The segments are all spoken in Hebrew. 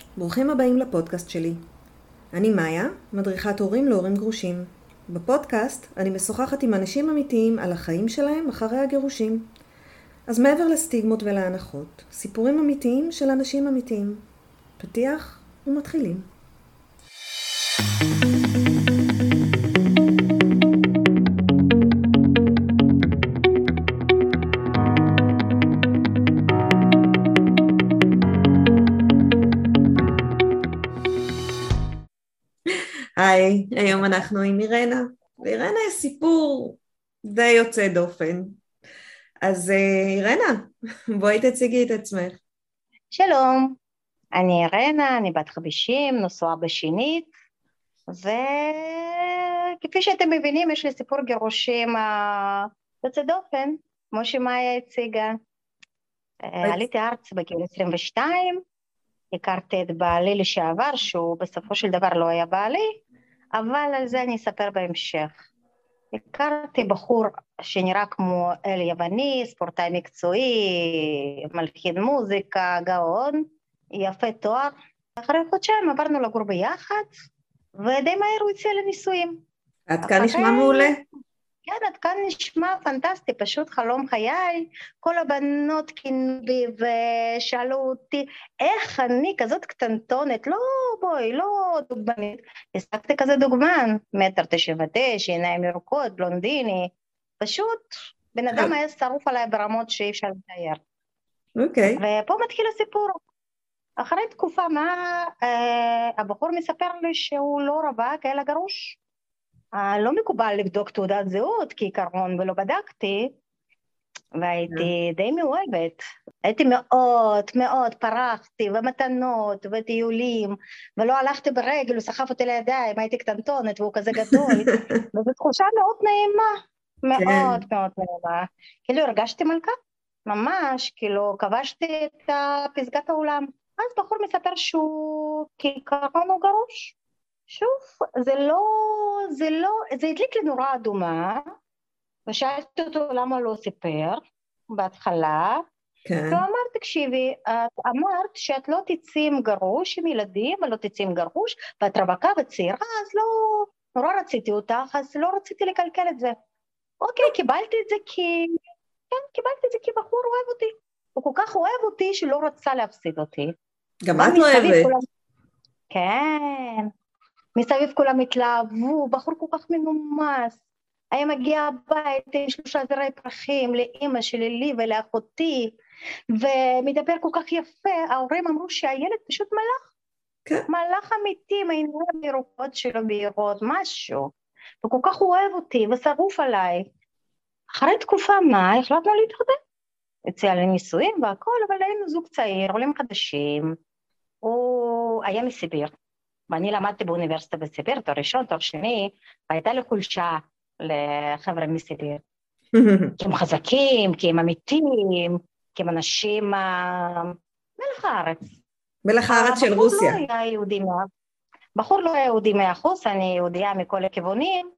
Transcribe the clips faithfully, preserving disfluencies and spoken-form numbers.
ברוכים הבאים לפודקאסט שלי. אני מאיה, מדריכת הורים להורים גרושים. בפודקאסט אני משוחחת עם אנשים אמיתיים על החיים שלהם אחרי הגירושים. אז מעבר לסטיגמות ולהנחות, סיפורים אמיתיים של אנשים אמיתיים. פתיח ומתחילים. היי, היום אנחנו עם אירנה, ואירנה יש סיפור די יוצא דופן. אז אירנה, בואי תציגי את עצמך. שלום, אני אירנה, אני בת חמישים, נשואה בשנית, וכפי שאתם מבינים, יש לי סיפור גירושים אה, יוצא דופן, כמו שמאיה הציגה. אה, עליתי ארץ בגיל עשרים ושתיים, הכרתי את בעלי לשעבר, שהוא בסופו של דבר לא היה בעלי, אבל על זה אני אספר בהמשך. הכרתי בחור שנראה כמו אל יווני, ספורטאי מקצועי, מלחין מוזיקה, גאון, יפה תואר. אחרי חודשיים עברנו לגור ביחד, ודי מהר הוא הציע לנישואים. עד כאן נשמע מעולה. כן, עד כאן נשמע פנטסטי, פשוט חלום חיי. כל הבנות קינו בי ושאלו אותי, איך אני כזאת קטנטונת, לא בואי, לא דוגמנית. הסתכלתי כזה דוגמן, מטר תשעים ותשע, עיניים ירוקות, בלונדיני, פשוט בן אדם היה שרוף עליי ברמות שאי אפשר לתאר. אוקיי. ופה מתחיל הסיפור. אחרי תקופה מה, אה, הבחור מספר לי שהוא לא רווק, אלא גרוש. אה, לא מקובל לבדוק תעודת זהות כעיקרון, ולא בדקתי, והייתי די מאוהבת. הייתי מאוד מאוד פרחתי, ומתנות, וטיולים, ולא הלכתי ברגל, הוא סחף אותי לידיים, הייתי קטנטונת, והוא כזה גדול, וזו תחושה מאוד נעימה, מאוד מאוד נעימה. כאילו הרגשתי מלכה, ממש, כאילו כבשתי את פסגת העולם. אז בחור מספר שהוא כעיקרון הוא גרוש. שוב, זה לא, זה לא, זה הדליק לי נורה אדומה, ושאלתי אותו למה לא סיפר בהתחלה, כן. והוא אמר, תקשיבי, את אמרת שאת לא תצאי עם גרוש, עם ילדים, ולא תצאי עם גרוש, ואת רווקה וצעירה, אז לא, נורא רציתי אותך, אז לא רציתי לקלקל את זה. אוקיי, קיבלתי את זה כי, כן, קיבלתי את זה כי בחור אוהב אותי. הוא כל כך אוהב אותי שלא רצה להפסיד אותי. גם את אוהבת. כולם... כן. מסביב כולם התלהבו, בחור כל כך מנומס, היה מגיע הבית עם שלושה זרי פרחים לאמא שלי, לי ולאחותי, ומדבר כל כך יפה. ההורים אמרו שהילד פשוט מלאך, כן. מלאך אמיתי, מעיניים ירוקות שלו בהירות, משהו, וכל כך אוהב אותי ושרוף עליי. אחרי תקופה מה, החלטנו להתחתן, הציע לי נישואים והכל, אבל היינו זוג צעיר, עולים חדשים, הוא היה מסיביר, ואני למדתי באוניברסיטה בסיביר, תואר ראשון, תואר שני, והייתה לי חולשה לחבר'ה מסיביר. כי הם חזקים, כי הם אמיתיים, כי הם אנשים מלח הארץ. מלח הארץ של רוסיה. בחור לא היה יהודי מאה. בחור לא היה יהודי מאה אחוז, אני יהודייה מכל הכיוונים,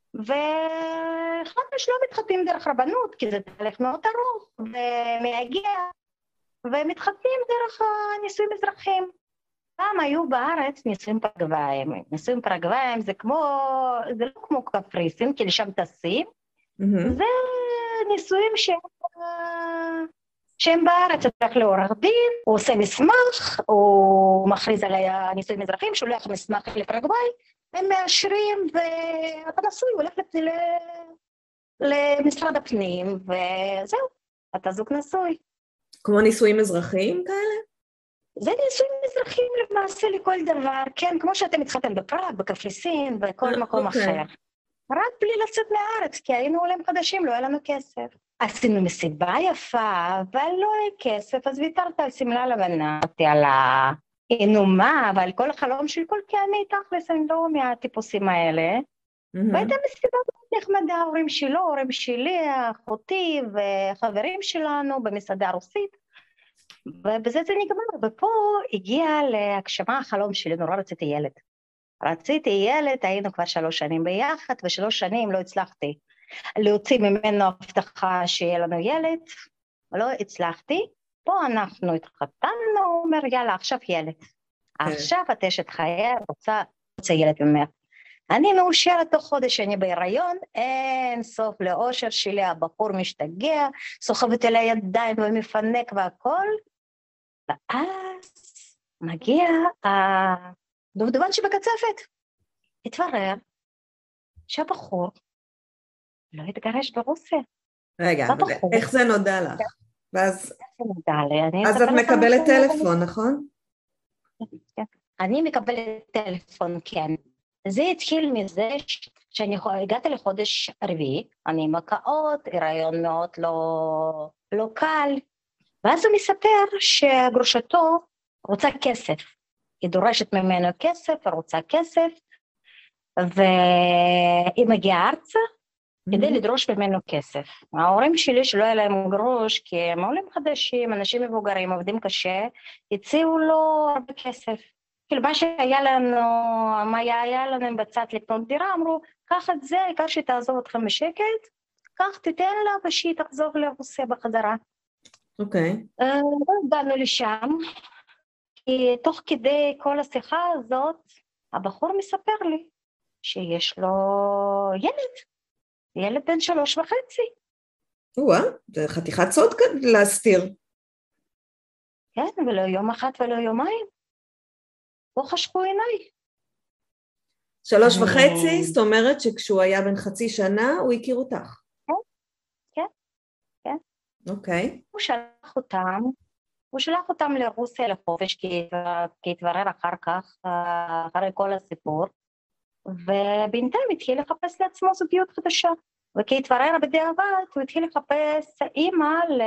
והחלטנו שלא מתחתנים דרך רבנות, כי זה תהליך מאוד ארוך ומייגע, ומתחתנים דרך נישואים אזרחיים. פעם היו בארץ נישואים פרגוואיים, נישואים פרגוואיים זה כמו, זה לא כמו קפריסין, כי לשם טסים, mm-hmm. זה נישואים שהם, שהם בארץ, אתה הולך לעורך דין, הוא עושה מסמך, הוא מכריז על הנישואים אזרחיים, שולח מסמך לפרגוואי, הם מאשרים ואתה נשוי, הולך למשרד הפנים, וזהו, אתה זוג נשוי. כמו נישואים אזרחיים כאלה? זה נישואים אזרחיים למעשה לכל דבר, כן, כמו שאתם התחתן בפראג, בקפריסין, בכל מקום אחר. רק בלי לצאת מהארץ, כי היינו עולים חדשים, לא היה לנו כסף. עשינו מסיבה יפה, אבל לא היה כסף, אז ויתרת על סמלה לבנה, על האינומה, ועל כל החלום של כל כי אני תכלס, אני לא מהטיפוסים האלה. והייתה מסיבה נחמדה, ההורים שלו, ההורים שלי, אחותי וחברים שלנו במסעדה הרוסית. ובזה זה נגמר, ופה הגיע להגשמה החלום שלי, נורא רציתי ילד. רציתי ילד, היינו כבר שלוש שנים ביחד, ושלוש שנים לא הצלחתי להוציא ממנו הבטחה שיהיה לנו ילד, לא הצלחתי. פה אנחנו התחתנו, הוא אומר יאללה עכשיו ילד. עכשיו את אשת חיי, רוצה, רוצה ילד ממך. אני מאושרת תוך חודש, אני בהיריון, אין סוף לאושר שלי, הבחור משתגע, סוחבת אל הידיים ומפנק והכל, ואז מגיע הדובדבן שבקצפת. התברר שהבחור לא התגרש ברוסיה. רגע, איך זה נודע לך? ואז אז את מקבלת טלפון, נכון? אני מקבלת טלפון, כן. זה התחיל מזה שאני הגעתי לחודש רביעי, אני עם הקאות, הריון מאוד לא, לא קל, ואז הוא מספר שגרושתו רוצה כסף, היא דורשת ממנו כסף, רוצה כסף, והיא מגיעה ארצה כדי לדרוש ממנו כסף. ההורים שלי שלא היה להם גרוש, כי הם עולים חדשים, אנשים מבוגרים, עובדים קשה, הציעו לו הרבה כסף. כאילו מה שהיה לנו, מה היה לנו בצד לקנות דירה, אמרו, קח את זה, העיקר שתעזוב אתכם בשקט, קח תיתן לה ושהיא תחזור לרוסיה בחזרה. אוקיי. הגענו לשם, כי תוך כדי כל השיחה הזאת, הבחור מספר לי שיש לו ילד, ילד בן שלוש וחצי. וואה, זה חתיכת סוד להסתיר. כן, ולא יום אחד ולא יומיים. פה חשכו עיניי. שלוש וחצי, זאת אומרת שכשהוא היה בן חצי שנה, הוא הכיר אותך. כן, כן, כן. אוקיי. הוא שלח אותם, הוא שלח אותם לרוסיה לחופש, כי התברר אחר כך, אחרי כל הסיפור, ובינתיים התחיל לחפש לעצמו זוגיות חדשה. וכי התברר בדיעבד, הוא התחיל לחפש אימא ל...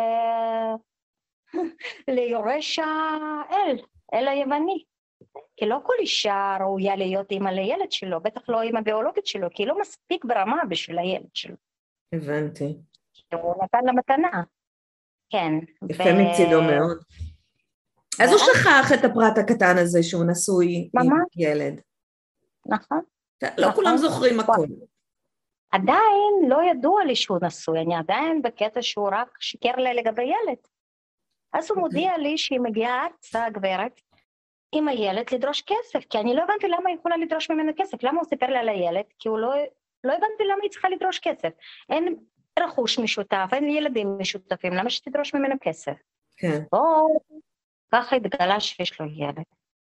ליורש האל, אל היווני. כי לא כל אישה ראויה להיות אימא לילד שלו, בטח לא אימא ביולוגית שלו, כי היא לא מספיק ברמה בשביל הילד שלו. הבנתי. הוא נתן לה מתנה. כן. יפה ו... מצידו מאוד. אז הוא שכח את הפרט הקטן הזה שהוא נשוי עם ילד. נכון. לא כולם זוכרים הכל. עדיין לא ידוע לי שהוא נשוי, אני עדיין בקטע שהוא רק שיקר לה לגבי ילד. אז הוא מודיע לי שהיא מגיעה ארצה, הגברת, עם הילד לדרוש כסף, כי אני לא הבנתי למה היא יכולה לדרוש ממנו כסף, למה הוא סיפר לה לילד, כי הוא לא, לא הבנתי למה היא צריכה לדרוש כסף. אין רכוש משותף, אין ילדים משותפים, למה שתדרוש ממנו כסף? כן. או ככה התגלה שיש לו ילד.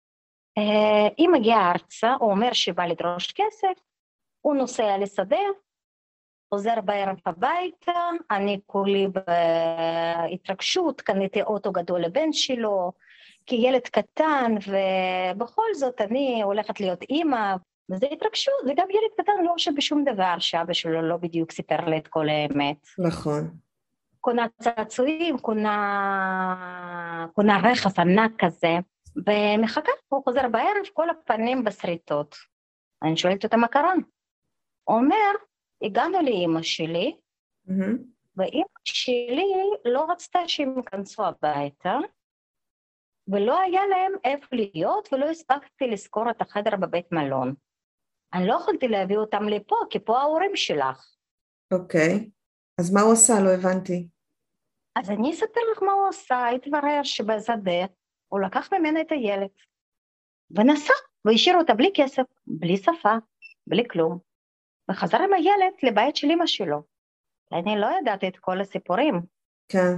היא מגיעה ארצה, הוא אומר שבא לדרוש כסף, הוא נוסע לשדה, חוזר בערב הביתה, אני כולי בהתרגשות, קניתי אוטו גדול לבן שלו, כילד קטן, ובכל זאת אני הולכת להיות אימא, וזה התרגשות, וגם ילד קטן לא חושב בשום דבר, שאבא שלו לא בדיוק סיפר לי את כל האמת. נכון. קונה צעצועים, קונה, קונה רכב ענק כזה, ומחכה, הוא חוזר בערב, כל הפנים בסריטות. אני שואלת אותה מה קרה. הוא אומר, הגענו לאמא שלי, Mm-hmm. ואמא שלי לא רצתה שהם יכנסו הביתה, ולא היה להם איפה להיות, ולא הספקתי לזכור את החדר בבית מלון. אני לא יכולתי להביא אותם לפה, כי פה ההורים שלך. אוקיי, okay. אז מה הוא עשה? לא הבנתי. אז אני אספר לך מה הוא עשה, התברר שבשדה, הוא לקח ממנה את הילד, ונסע, והשאיר אותה בלי כסף, בלי שפה, בלי כלום. וחזר עם הילד לבית של אמא שלו. אני לא ידעתי את כל הסיפורים. כן.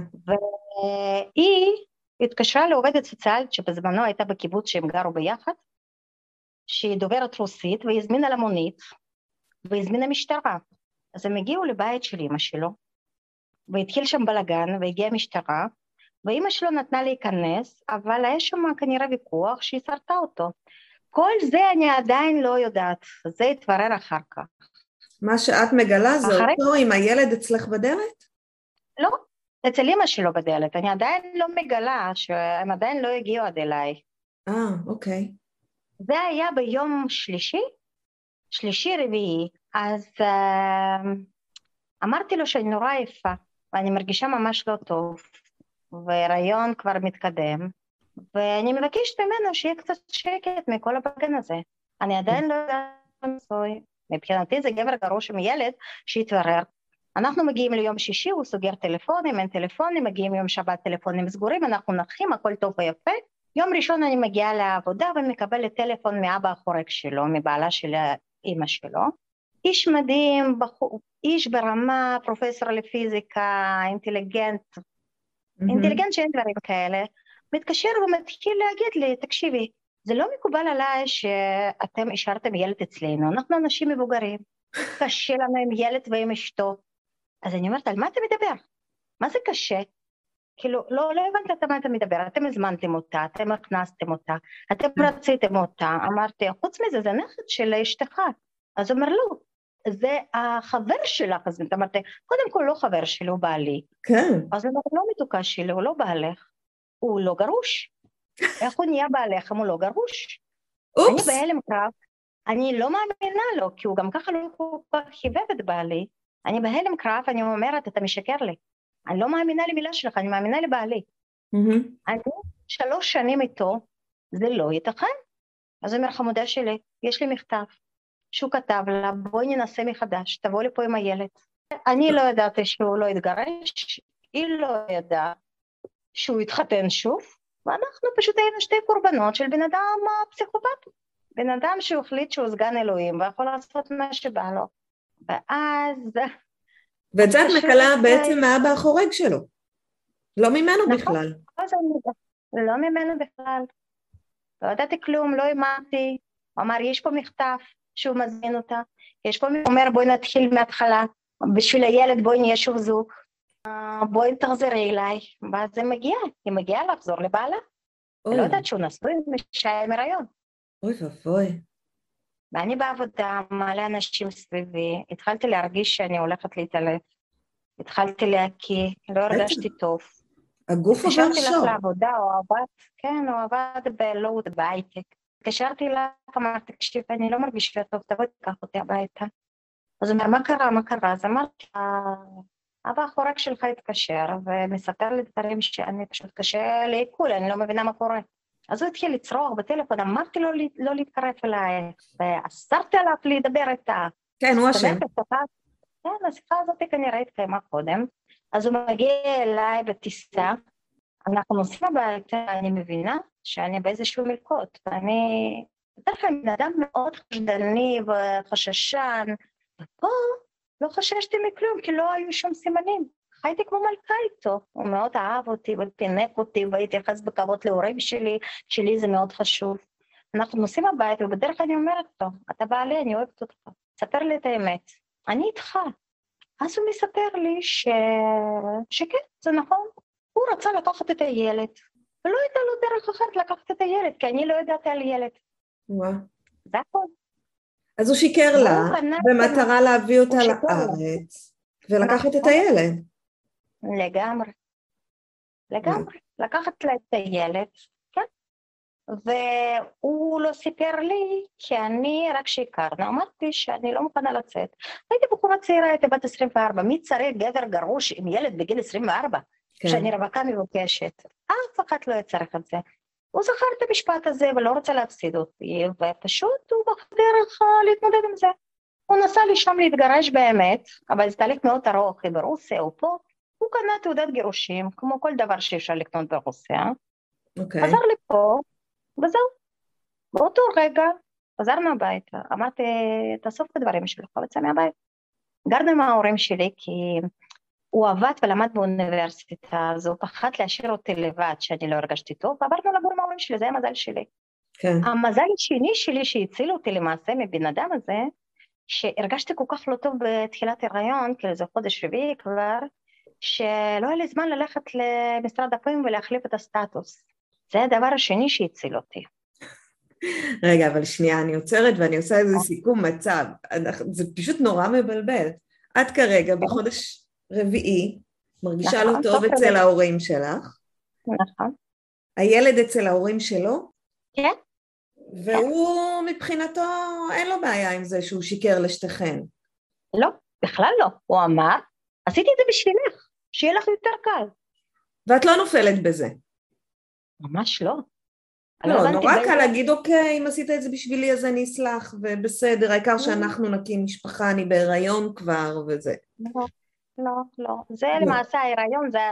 והיא התקשרה לעובדת סוציאלית שבזמנו הייתה בקיבוץ שהם גרו ביחד, שהיא דוברת רוסית, והיא הזמינה למונית, והזמינה משטרה. אז הם הגיעו לבית של אמא שלו, והתחיל שם בלגן, והגיעה משטרה, ואמא שלו נתנה להיכנס, אבל היה שם כנראה ויכוח שהיא שרתה אותו. כל זה אני עדיין לא יודעת, זה התברר אחר כך. מה שאת מגלה זה אחרי... אותו עם הילד אצלך בדלת? לא, אצל אמא שלו בדלת, אני עדיין לא מגלה שהם עדיין לא הגיעו עד אליי. אה, אוקיי. זה היה ביום שלישי, שלישי רביעי, אז uh, אמרתי לו שאני נורא יפה, ואני מרגישה ממש לא טוב, והרעיון כבר מתקדם, ואני מבקשת ממנו שיהיה קצת שקט מכל הבגן הזה. אני עדיין לא יודעת לנסוי. מבחינתי זה גבר גרוש עם ילד שהתברר. אנחנו מגיעים ליום שישי, הוא סוגר טלפונים, אין טלפונים, מגיעים יום שבת טלפונים סגורים, אנחנו נחים, הכל טוב ויפה, יום ראשון אני מגיעה לעבודה ומקבלת טלפון מאבא החורג שלו, מבעלה של אמא שלו. איש מדהים, בחור, איש ברמה, פרופסור לפיזיקה, אינטליגנט, מהמם. אינטליגנט שאין דברים כאלה, מתקשר ומתחיל להגיד לי, תקשיבי, זה לא מקובל עליי שאתם השארתם ילד אצלנו, אנחנו אנשים מבוגרים, קשה לנו עם ילד ועם אשתו. אז אני אומרת, על מה אתה מדבר? מה זה קשה? כאילו, לא, לא הבנת על מה אתה מדבר, אתם הזמנתם אותה, אתם הכנסתם אותה, אתם רציתם אותה. אמרתי, חוץ מזה, זה נכד של אשתך. אז הוא אומר, לא, זה החבר שלך. אז אמרתי, קודם כל לא חבר שלי, הוא בעלי. כן. אז הוא אומר, לא מתוקה שלי, הוא לא בעלך, הוא לא גרוש. איך הוא נהיה בעלך אם הוא לא גרוש? אני אופס. בהלם קרב, אני לא מאמינה לו, כי הוא גם ככה לא כל כך חיבב את בעלי. אני בהלם קרב, אני אומרת, אתה משקר לי. אני לא מאמינה למילה שלך, אני מאמינה לבעלי. מהמם. אני שלוש שנים איתו, זה לא ייתכן. אז הוא אומר, חמודה שלי, יש לי מכתב, שהוא כתב לה, בואי ננסה מחדש, תבוא לפה עם הילד. אני לא ידעתי שהוא לא יתגרש, היא לא ידעה שהוא יתחתן שוב, ואנחנו פשוט היינו שתי קורבנות של בן אדם פסיכופת. בן אדם שהוא החליט שהוא סגן אלוהים, ויכול לעשות מה שבא לו. ואז... ואת זה את פשוט- מקלה בעצם מהאבא החורג שלו. לא ממנו נכון. בכלל. אז אני- לא ממנו בכלל. לא ידעתי כלום, לא האמנתי. הוא אמר, יש פה מכתב שהוא מזמין אותה. יש פה מכתב, הוא אומר, בואי נתחיל מההתחלה. בשביל הילד בואי נהיה שוב זוג. אה, בואי תחזרי אליי. ואז זה מגיע, היא מגיעה לחזור לבעלה. אוי, לא יודעת שהוא נשוי משעה עם הריון. אוי ואבוי. ואני בעבודה, מלא אנשים סביבי. התחלתי להרגיש שאני הולכת להתעלף. התחלתי להקיא, לא הרגשתי טוב. הגוף עובר התקשרתי לך שור. לעבודה, הוא עבד, כן, הוא עבד בלואוד, בהייטק. התקשרתי לך, אמרתי, תקשיב, אני לא מרגישה טוב, תבואי תיקח אותי הביתה. אז הוא אומר, מה קרה, מה קרה? אז אמרתי, אבא החורג שלך התקשר, ומספר לי דברים שאני פשוט קשה לעיכול, אני לא מבינה מה קורה. אז הוא התחיל לצרוח בטלפון, אמרתי לו לא להתקרב אליי, ואסרתי עליו להידבר איתה. כן, הוא השם. כן, השיחה הזאת כנראה התקיימה קודם. אז הוא מגיע אליי בטיסה, אנחנו נוסעים הביתה, אני מבינה שאני באיזשהו מלכות, ואני בדרך כלל בן אדם מאוד חשדני וחששן, ופה לא חששתי מכלום, כי לא היו שום סימנים. חייתי כמו מלכה איתו, הוא מאוד אהב אותי ופינק אותי והתייחס בכבוד להורים שלי, שלי זה מאוד חשוב. אנחנו נוסעים הביתה, ובדרך כלל אני אומרת לו, אתה בעלי, אני אוהבת אותך, ספר לי את האמת, אני איתך. אז הוא מספר לי ש... שכן, זה נכון, הוא רצה לקחת את הילד, ולא הייתה לו דרך אחרת לקחת את הילד, כי אני לא ידעתי על ילד. וואו. זה הכל. אז הוא שיקר לה, הוא פנה- במטרה להביא אותה הוא שיקר לה. לארץ, ולקחת את נכון. הילד. לגמרי. לגמרי. לקחת לה את הילד, כן. והוא לא סיפר לי, כי אני רק שיקרנו, אמרתי שאני לא מוכנה לצאת. הייתי בחורה צעירה, הייתי בת עשרים וארבע, מי צריך גבר גרוש עם ילד בגיל עשרים וארבע? כן. שאני רווקה מבוקשת. אף אחד לא יצטרך את זה. הוא זכר את המשפט הזה ולא רוצה להפסיד אותי, ופשוט הוא בדרך להתמודד עם זה. הוא נסע לשם להתגרש באמת, אבל זה תהליך מאוד ארוך, ברוסיה או פה, הוא קנה תעודת גירושים, כמו כל דבר שאפשר לקנות ברוסיה, אוקיי. חזר לפה, וזהו. באותו רגע חזרנו הביתה, אמרתי, תאסוף את הדברים שלך ויצא מהבית. גרנו עם ההורים שלי, כי הוא עבד ולמד באוניברסיטה, אז הוא פחד להשאיר אותי לבד, שאני לא הרגשתי טוב, ועברנו לגור עם ההורים שלי, זה המזל שלי. כן. המזל השני שלי שהציל אותי למעשה מבן אדם הזה, שהרגשתי כל כך לא טוב בתחילת הריון, כאילו זה חודש רביעי כבר, שלא היה לי זמן ללכת למשרד הפנים ולהחליף את הסטטוס. זה הדבר השני שהציל אותי. רגע, אבל שנייה, אני עוצרת ואני עושה איזה סיכום מצב. זה פשוט נורא מבלבל. את כרגע בחודש רביעי, מרגישה לא טוב אצל ההורים שלך. נכון. הילד אצל ההורים שלו. כן. והוא מבחינתו אין לו בעיה עם זה שהוא שיקר לשתיכן. לא, בכלל לא. הוא אמר, עשיתי את זה בשבילך, שיהיה לך יותר קל. ואת לא נופלת בזה. ממש לא. לא, נורא קל להגיד, אוקיי, אם עשית את זה בשבילי אז אני אסלח, ובסדר, העיקר שאנחנו נקים משפחה, אני בהיריון כבר, וזה. לא, לא, לא. זה למעשה ההיריון, זה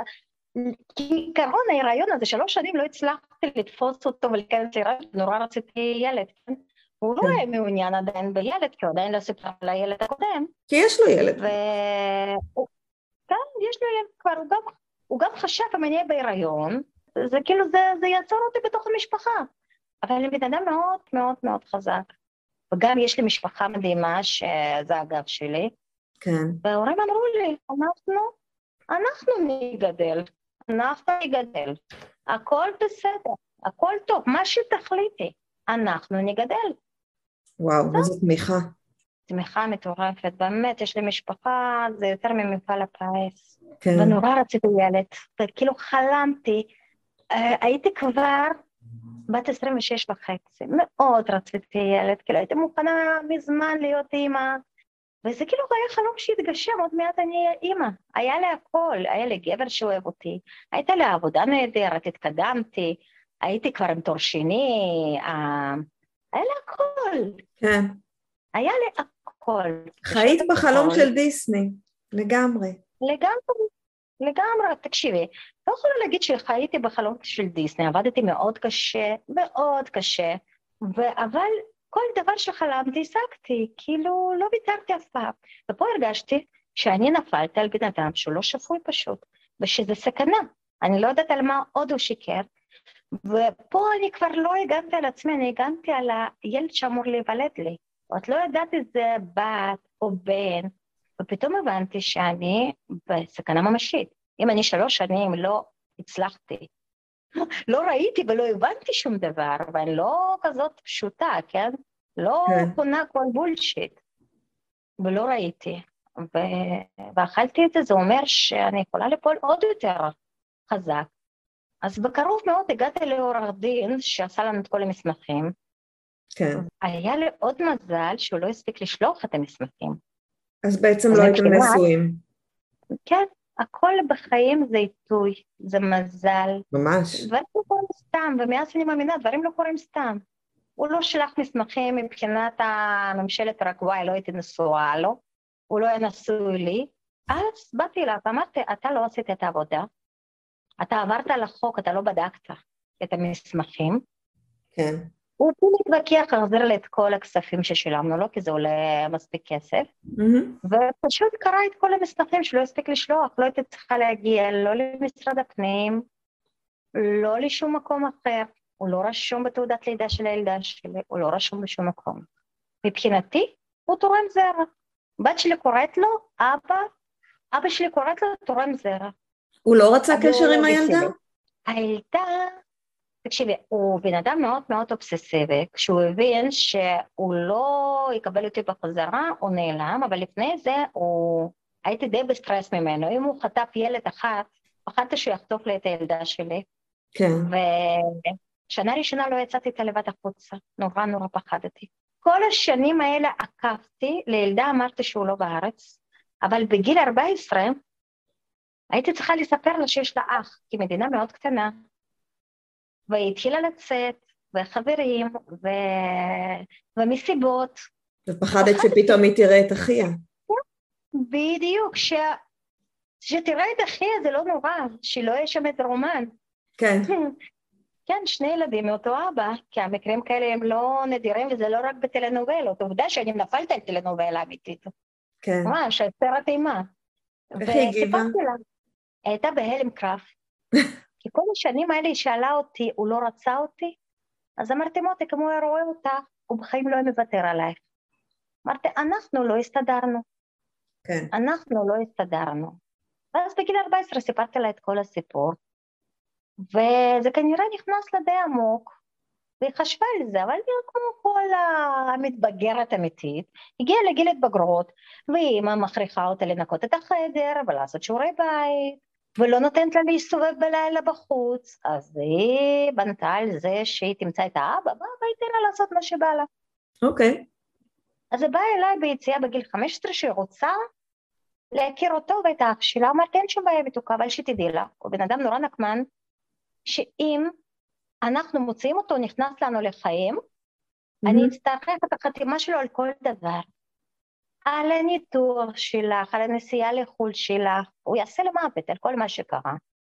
כעיקרון ההיריון הזה, שלוש שנים לא הצלחתי לתפוס אותו ולהיכנס להיריון, נורא רציתי ילד, כן? הוא לא כן. היה מעוניין עדיין בילד, כי הוא עדיין לא סיפר על הילד הקודם. כי יש לו ילד. וכן, יש לו ילד כבר, הוא גם, הוא גם חשב אם אני אהיה בהיריון, זה כאילו, זה, זה יעצור אותי בתוך המשפחה. אבל אני בן אדם מאוד מאוד מאוד חזק. וגם יש לי משפחה מדהימה, שזה הגב שלי. כן. וההורים אמרו לי, אנחנו, אנחנו נגדל, אנחנו נגדל. הכל בסדר, הכל טוב, מה שתחליטי, אנחנו נגדל. וואו, איזו תמיכה. תמיכה מטורפת, באמת, יש לי משפחה, זה יותר ממפעל הפיס. כן. ונורא רציתי ילד, וכאילו חלמתי, הייתי כבר בת עשרים ושש וחצי, מאוד רציתי ילד, כאילו הייתי מוכנה מזמן להיות אימא, וזה כאילו היה חלום שהתגשם, עוד מעט אני אימא, היה לי הכל, היה לי גבר שאוהב אותי, הייתה לי עבודה נהדרת, התקדמתי, הייתי כבר עם תואר שני, היה לי הכל. כן. היה לי הכל. חיית בחלום הכל. של דיסני, לגמרי. לגמרי, לגמרי, תקשיבי, לא יכולה להגיד שחייתי בחלום של דיסני, עבדתי מאוד קשה, מאוד קשה, ו- אבל כל דבר שחלמתי, השגתי, כאילו לא ויתרתי אף פעם. ופה הרגשתי שאני נפלתי על בן אדם שהוא לא שפוי פשוט, ושזה סכנה, אני לא יודעת על מה עוד הוא שיקר, ופה אני כבר לא הגנתי על עצמי, אני הגנתי על הילד שאמור להיוולד לי, ואת לא ידעת את זה בת או בן, ופתאום הבנתי שאני בסכנה ממשית. אם אני שלוש שנים לא הצלחתי, לא ראיתי ולא הבנתי שום דבר, ואני לא כזאת פשוטה, כן? לא כן. קונה כל בולשיט, ולא ראיתי. ו- ואכלתי את זה, זה אומר שאני יכולה לפעול עוד יותר חזק. אז בקרוב מאוד הגעתי לעורך דין שעשה לנו את כל המסמכים. כן. היה לי עוד מזל שהוא לא הספיק לשלוח את המסמכים. אז בעצם אז לא הייתם מבחינת- נשואים. כן, הכל בחיים זה עיתוי, זה מזל. ממש. דברים לא קורים סתם, ומאז אני מאמינה, דברים לא קורים סתם. הוא לא שלח מסמכים מבחינת הממשלת פרגוואי, לא הייתי נשואה לו, הוא לא היה נשוי לי. אז באתי אליו, אמרתי, אתה לא עשית את העבודה, אתה עברת על החוק, אתה לא בדקת את המסמכים. כן. הוא פה מתווכח, החזיר לי את כל הכספים ששילמנו לו, כי זה עולה מספיק כסף. מהמם. ופשוט קרא את כל המסמכים שלא הספיק לשלוח, לא הייתי צריכה להגיע, לא למשרד הפנים, לא לשום מקום אחר, הוא לא רשום בתעודת לידה של הילדה שלי, הוא לא רשום בשום מקום. מבחינתי, הוא תורם זרע. בת שלי קוראת לו, אבא, אבא שלי קוראת לו תורם זרע. הוא לא רצה קשר עם הביולוגי הילדה? שלי. הילדה, תקשיבי, הוא בן אדם מאוד מאוד אובססיבי, כשהוא הבין שהוא לא יקבל אותי בחזרה, הוא נעלם, אבל לפני זה הוא, הייתי די בסטרס ממנו, אם הוא חטף ילד אחת, פחדתי שהוא יחטוף לי את הילדה שלי, כן. ושנה ראשונה לא יצאתי איתה לבד החוצה, נורא נורא פחדתי. כל השנים האלה עקבתי, לילדה אמרתי שהוא לא בארץ, אבל בגיל ארבע עשרה, הייתי צריכה לספר לה שיש לה אח, כי מדינה מאוד קטנה, והיא התחילה לצאת, וחברים, ו... ומסיבות. ופחדת שפתאום היא תראה את אחיה. בדיוק, ש... שתראה את אחיה זה לא נורא, שלא יהיה שם את רומן. כן. כן, שני ילדים מאותו אבא, כי המקרים כאלה הם לא נדירים, וזה לא רק בטלנובלות. עובדה שאני נפלת על טלנובלה אמיתית. כן. ממש, סרט אימה. איך היא הגיבה? וסיפרתי לה, היא הייתה בהלם קרב. כי כל השנים האלה היא שאלה אותי, הוא לא רצה אותי? אז אמרתי, מותי, כמו הוא רואה אותך, הוא בחיים לא מוותר עלייך. אמרתי, אנחנו לא הסתדרנו. כן. אנחנו לא הסתדרנו. ואז בגיל ארבע עשרה סיפרתי לה את כל הסיפור, וזה כנראה נכנס לדי עמוק, והיא חשבה על זה, אבל היא כמו כל המתבגרת אמיתית, הגיעה לגיל התבגרות, ואמא מכריחה אותה לנקות את החדר, ולעשות שיעורי בית, ולא נותנת לה להסתובב בלילה בחוץ, אז היא בנתה על זה שהיא תמצא את האבא, והיא תראה לעשות מה שבא לה. אוקיי. אז היא באה אליי ביציאה בגיל חמש עשרה שהיא רוצה להכיר אותו ואת האח שלה, אמרתי, אין שום בעיה מתוקה, אבל שתדעי לה, הוא בן אדם נורא נקמן, שאם אנחנו מוצאים אותו, נכנס לנו לחיים, אני אצטרך את החתימה שלו על כל דבר. על הניתוח שלך, על הנסיעה לחו"ל שלך, הוא יעשה למוות על כל מה שקרה.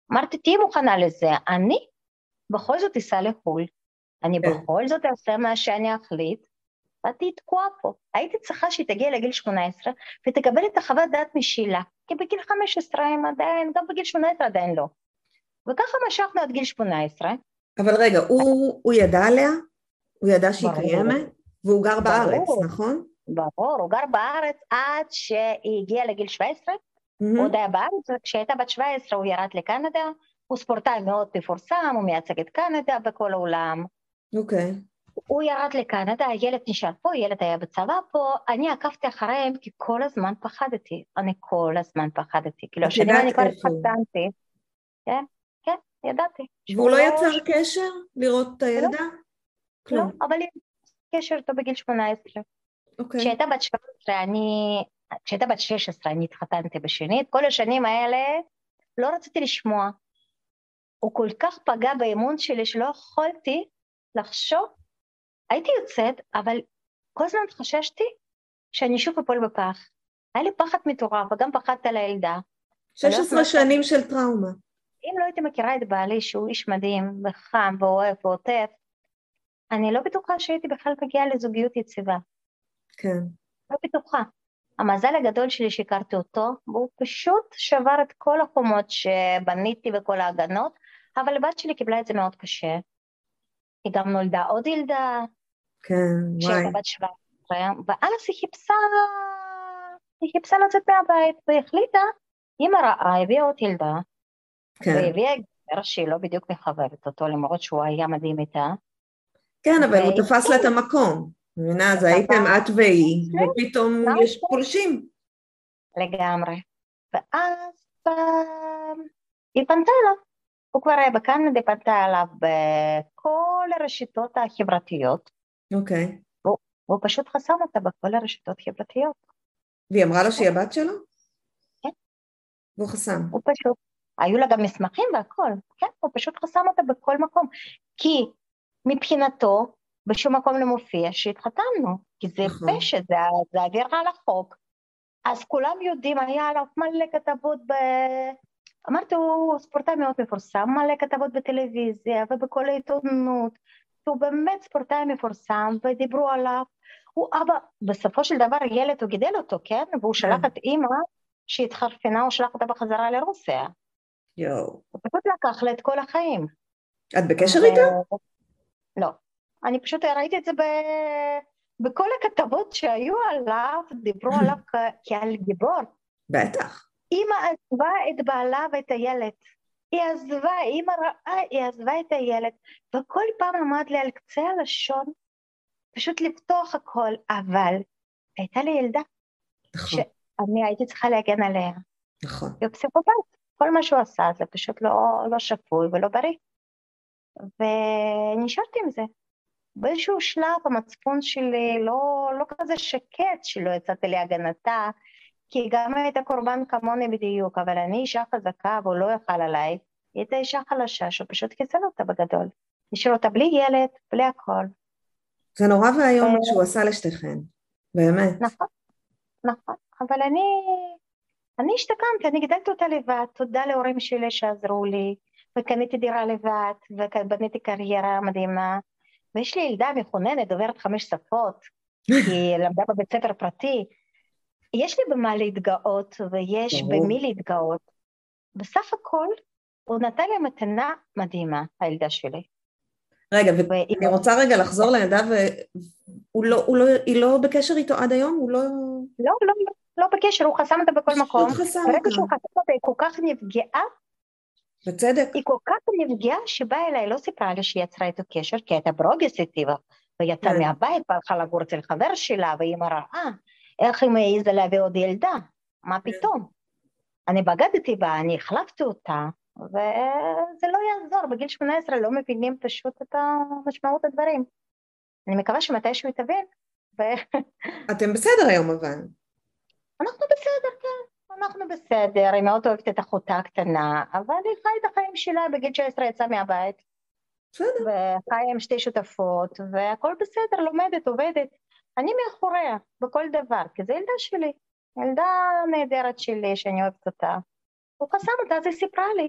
אמרתי, תהי מוכנה לזה, אני בכל זאת אסע לחו"ל, אני כן. בכל זאת אעשה מה שאני אחליט, ואתי תקועה פה. הייתי צריכה שהיא תגיע לגיל שמונה עשרה, ותקבל את החוות דעת משילה, כי בגיל חמש עשרה הם עדיין, גם בגיל שמונה עשרה עדיין לא. וככה משכנו עד גיל שמונה עשרה. אבל רגע, הוא, הוא ידע עליה? הוא ידע שהיא ברור. קיימת? והוא גר בארץ, ברור. נכון? ברור, הוא גר בארץ עד שהיא הגיעה לגיל שבע עשרה, Mm-hmm. הוא עוד היה בארץ, וכשהייתה בת שבע עשרה הוא ירד לקנדה, הוא ספורטאי מאוד מפורסם, הוא מייצג את קנדה בכל העולם. אוקיי. הוא ירד לקנדה, הילד נשאר פה, הילד היה בצבא פה, אני עקבתי אחריהם כי כל הזמן פחדתי, אני כל הזמן פחדתי, כאילו את השנים יודעת אני כבר איפה הוא? התחתנתי, כן, כן, ידעתי. והוא לא שהוא יצר קשר לראות את לא, הילדה? לא, כלום. אבל יש קשר איתו בגיל שמונה עשרה. אוקיי. כשהייתה בת שבע עשרה, אני, כשהייתה בת שש עשרה, אני התחתנתי בשנית, כל השנים האלה לא רציתי לשמוע. הוא כל כך פגע באמון שלי שלא יכולתי לחשוב, הייתי יוצאת, אבל כל הזמן חששתי שאני שוב אפול בפח. היה לי פחד מטורף, וגם פחדת על הילדה. שש עשרה שנים של טראומה. אם לא הייתי מכירה את בעלי, שהוא איש מדהים, וחם, ואוהב, ועוטף, אני לא בטוחה שהייתי בכלל מגיעה לזוגיות יציבה. כן. לא בטוחה. המזל הגדול שלי שהכרתי אותו, והוא פשוט שבר את כל החומות שבניתי וכל ההגנות, אבל הבת שלי קיבלה את זה מאוד קשה. היא גם נולדה עוד ילדה, כן, וואי. כשהייתה בת שבע עשרה, ואז היא חיפשה, היא חיפשה לצאת מהבית, והחליטה, אמא רעה, הביאה עוד ילדה, כן. והביאה גבר שהיא לא בדיוק מחבבת אותו, למרות שהוא היה מדהים איתה. כן, אבל הוא והיא- תפס לה את המקום. מבינה, אז הייתם את והיא, ופתאום יש פולשים. לגמרי. ואז אה, היא פנתה אליו, הוא כבר היה בקנדה, פנתה אליו בכל הרשתות החברתיות, אוקיי. והוא, והוא פשוט חסם אותה בכל הרשתות החברתיות. והיא אמרה לו שהיא הבת שלו? כן. והוא חסם. הוא פשוט, היו לה גם מסמכים והכל, כן, הוא פשוט חסם אותה בכל מקום, כי מבחינתו, בשום מקום לא מופיע שהתחתנו, כי זה נכון. פשע, זה, זה עבירה על החוק, אז כולם יודעים, היה עליו מלא כתבות ב... אמרתי, הוא ספורטאי מאוד מפורסם, מלא כתבות בטלוויזיה ובכל העיתונות, הוא באמת ספורטאי מפורסם, ודיברו עליו, הוא אבא, בסופו של דבר ילד הוא גידל אותו, כן? והוא שלח את אימא שהתחרפנה, הוא שלח אותה בחזרה לרוסיה. יואו. הוא פשוט לקח לה את כל החיים. את בקשר ו... איתה? לא. אני פשוט ראיתי את זה ב... בכל הכתבות שהיו עליו, דיברו עליו כ... כעל גיבור. בטח. אמא עזבה את בעלה ואת הילד. היא עזבה, אמא רעה, היא עזבה את הילד. וכל פעם עמד לי על קצה הלשון, פשוט לפתוח הכל, אבל הייתה לי ילדה. נכון. שאני הייתי צריכה להגן עליה. נכון. היא פסיכופת. כל מה שהוא עשה זה פשוט לא, לא שפוי ולא בריא. ונשארתי עם זה. באיזשהו שלב המצפון שלי לא, לא כזה שקט שלא יצאתי להגנתה, כי גם הייתה קורבן כמוני בדיוק, אבל אני אישה חזקה והוא לא יכל עליי, היא הייתה אישה חלשה שהוא פשוט קיצל אותה בגדול. נשאר אותה בלי ילד, בלי הכל. זה נורא והיום מה שהוא עשה לשתיכן, באמת. נכון, נכון, אבל אני, אני השתקמתי, אני גידלתי אותה לבד, תודה להורים שלי שעזרו לי, וקניתי דירה לבד, ובניתי קריירה מדהימה, ויש לי ילדה מכוננת, דוברת חמש שפות, היא למדה בבית ספר פרטי, יש לי במה להתגאות, ויש ברור. במי להתגאות. בסך הכל, הוא נתן לי מתנה מדהימה, הילדה שלי. רגע, ואני רוצה רגע לחזור לילדה, והיא לא, לא, לא בקשר איתו עד היום? הוא לא... לא, לא, לא, לא בקשר, הוא חסם אותה בכל מקום. פשוט חסם ברגע אותה. שהוא חסם אותה, היא כל כך נפגעה, בצדק. היא כל כך נפגעה שבאה אליי, לא סיפרה לי שהיא יצרה איתו קשר, כי הייתה פרוגרסיבית, ויצאה כן. מהבית, והלכה לגור אצל חבר שלה, והיא אמרה, אה, איך היא מעיזה להביא עוד ילדה? מה פתאום? אני בגדתי בה, אני החלפתי אותה, וזה לא יעזור, בגיל שמונה עשרה לא מבינים פשוט את המשמעות הדברים. אני מקווה שמתישהו יתבין. ו... אתם בסדר היום אבל. אנחנו בסדר, כן, אנחנו בסדר, היא מאוד אוהבת את אחותה הקטנה, אבל היא חי את החיים שלה, בגיל תשע עשרה יצאה מהבית, בסדר. וחיה עם שתי שותפות, והכל בסדר, לומדת, עובדת. אני מאחוריה, בכל דבר, כי זו ילדה שלי, ילדה נהדרת שלי, שאני אוהבת אותה. הוא חסם אותה, אז היא סיפרה לי.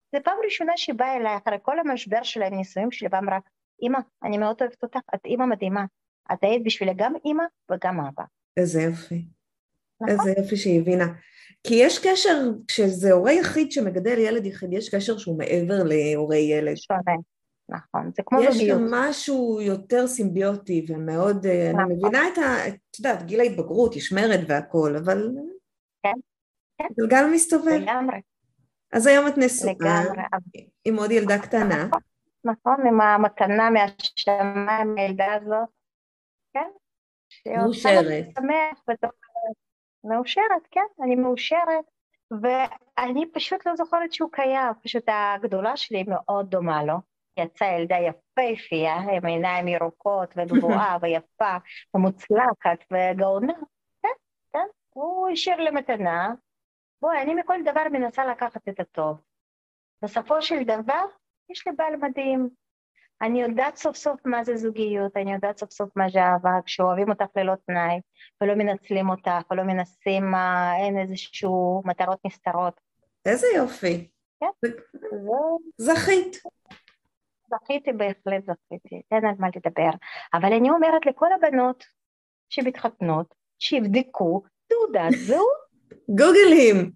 זה פעם ראשונה שבאה אליי אחרי כל המשבר של הנישואים שלי, ואמרה, אמא, אני מאוד אוהבת אותך, את אמא מדהימה, את היית בשבילי גם אמא וגם אבא. איזה יופי. נכון? איזה יופי שהיא הבינה. כי יש קשר, כשזה הורה יחיד שמגדל ילד יחיד, יש קשר שהוא מעבר להורי ילד. שונה, נכון, זה כמו יש זוגיות. גם משהו יותר סימביוטי ומאוד, נכון. אני מבינה את ה... את יודעת, גיל ההתבגרות, יש מרד והכל, אבל... כן, כן. גלגל מסתובב. לגמרי. אז היום את נשואה, לגמרי. עם עוד ילדה קטנה. נכון, נכון, עם המתנה מהשמיים, הילדה הזאת, כן? מאושרת. שמח בתוך... מאושרת, כן, אני מאושרת, ואני פשוט לא זוכרת שהוא קיים, פשוט הגדולה שלי מאוד דומה לו, יצאה ילדה יפהפייה, עם עיניים ירוקות וגבוהה ויפה ומוצלחת וגאונה, כן, כן, הוא השאיר לי מתנה, בואי, אני מכל דבר מנסה לקחת את הטוב, בסופו של דבר יש לי בעל מדהים, אני יודעת סוף סוף מה זה זוגיות, אני יודעת סוף סוף מה זה אהבה, כשאוהבים אותך ללא תנאי, ולא מנצלים אותך, ולא מנסים, אין איזשהו מטרות נסתרות. איזה יופי. כן, זה... זכית. זכיתי בהחלט, זכיתי, אין על מה לדבר. אבל אני אומרת לכל הבנות שמתחתנות, שיבדקו תעודת זהות. גוגלים.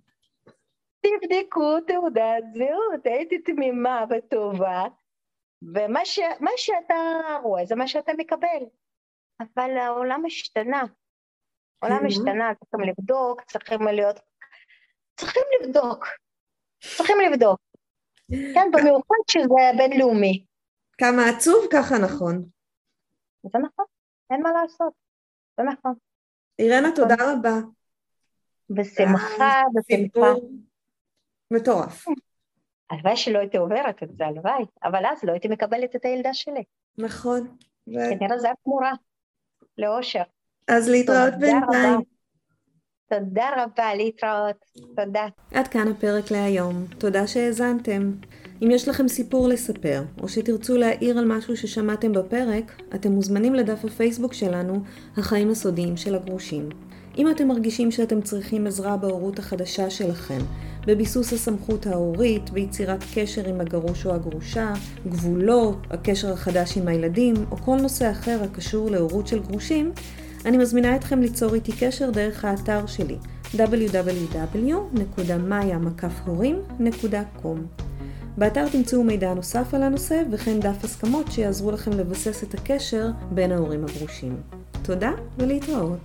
תבדקו תעודת זהות, הייתי תמימה וטובה, ומה ש... מה שאתה רואה זה מה שאתה מקבל, אבל העולם השתנה, העולם השתנה, צריכים לבדוק, צריכים להיות, צריכים לבדוק, צריכים לבדוק, כן, במיוחד שזה בינלאומי. כמה עצוב, ככה נכון. זה נכון, אין מה לעשות, זה נכון. אירנה, תודה רבה. בשמחה, בשמחה. מטורף. הלוואי שלא הייתי עוברת את זה, הלוואי, אבל אז לא הייתי מקבלת את הילדה שלי. נכון. כנראה זה התמורה, לאושר. אז להתראות בינתיים. תודה רבה, להתראות. תודה. עד כאן הפרק להיום. תודה שהאזנתם. אם יש לכם סיפור לספר, או שתרצו להעיר על משהו ששמעתם בפרק, אתם מוזמנים לדף הפייסבוק שלנו, החיים הסודיים של הגרושים. אם אתם מרגישים שאתם צריכים עזרה בהורות החדשה שלכם, בביסוס הסמכות ההורית, ביצירת קשר עם הגרוש או הגרושה, גבולות, הקשר החדש עם הילדים, או כל נושא אחר הקשור להורות של גרושים, אני מזמינה אתכם ליצור איתי קשר דרך האתר שלי, דאבליו דאבליו דאבליו נקודה מאיה מקף הורים נקודה קום. באתר תמצאו מידע נוסף על הנושא וכן דף הסכמות שיעזרו לכם לבסס את הקשר בין ההורים הגרושים. תודה ולהתראות.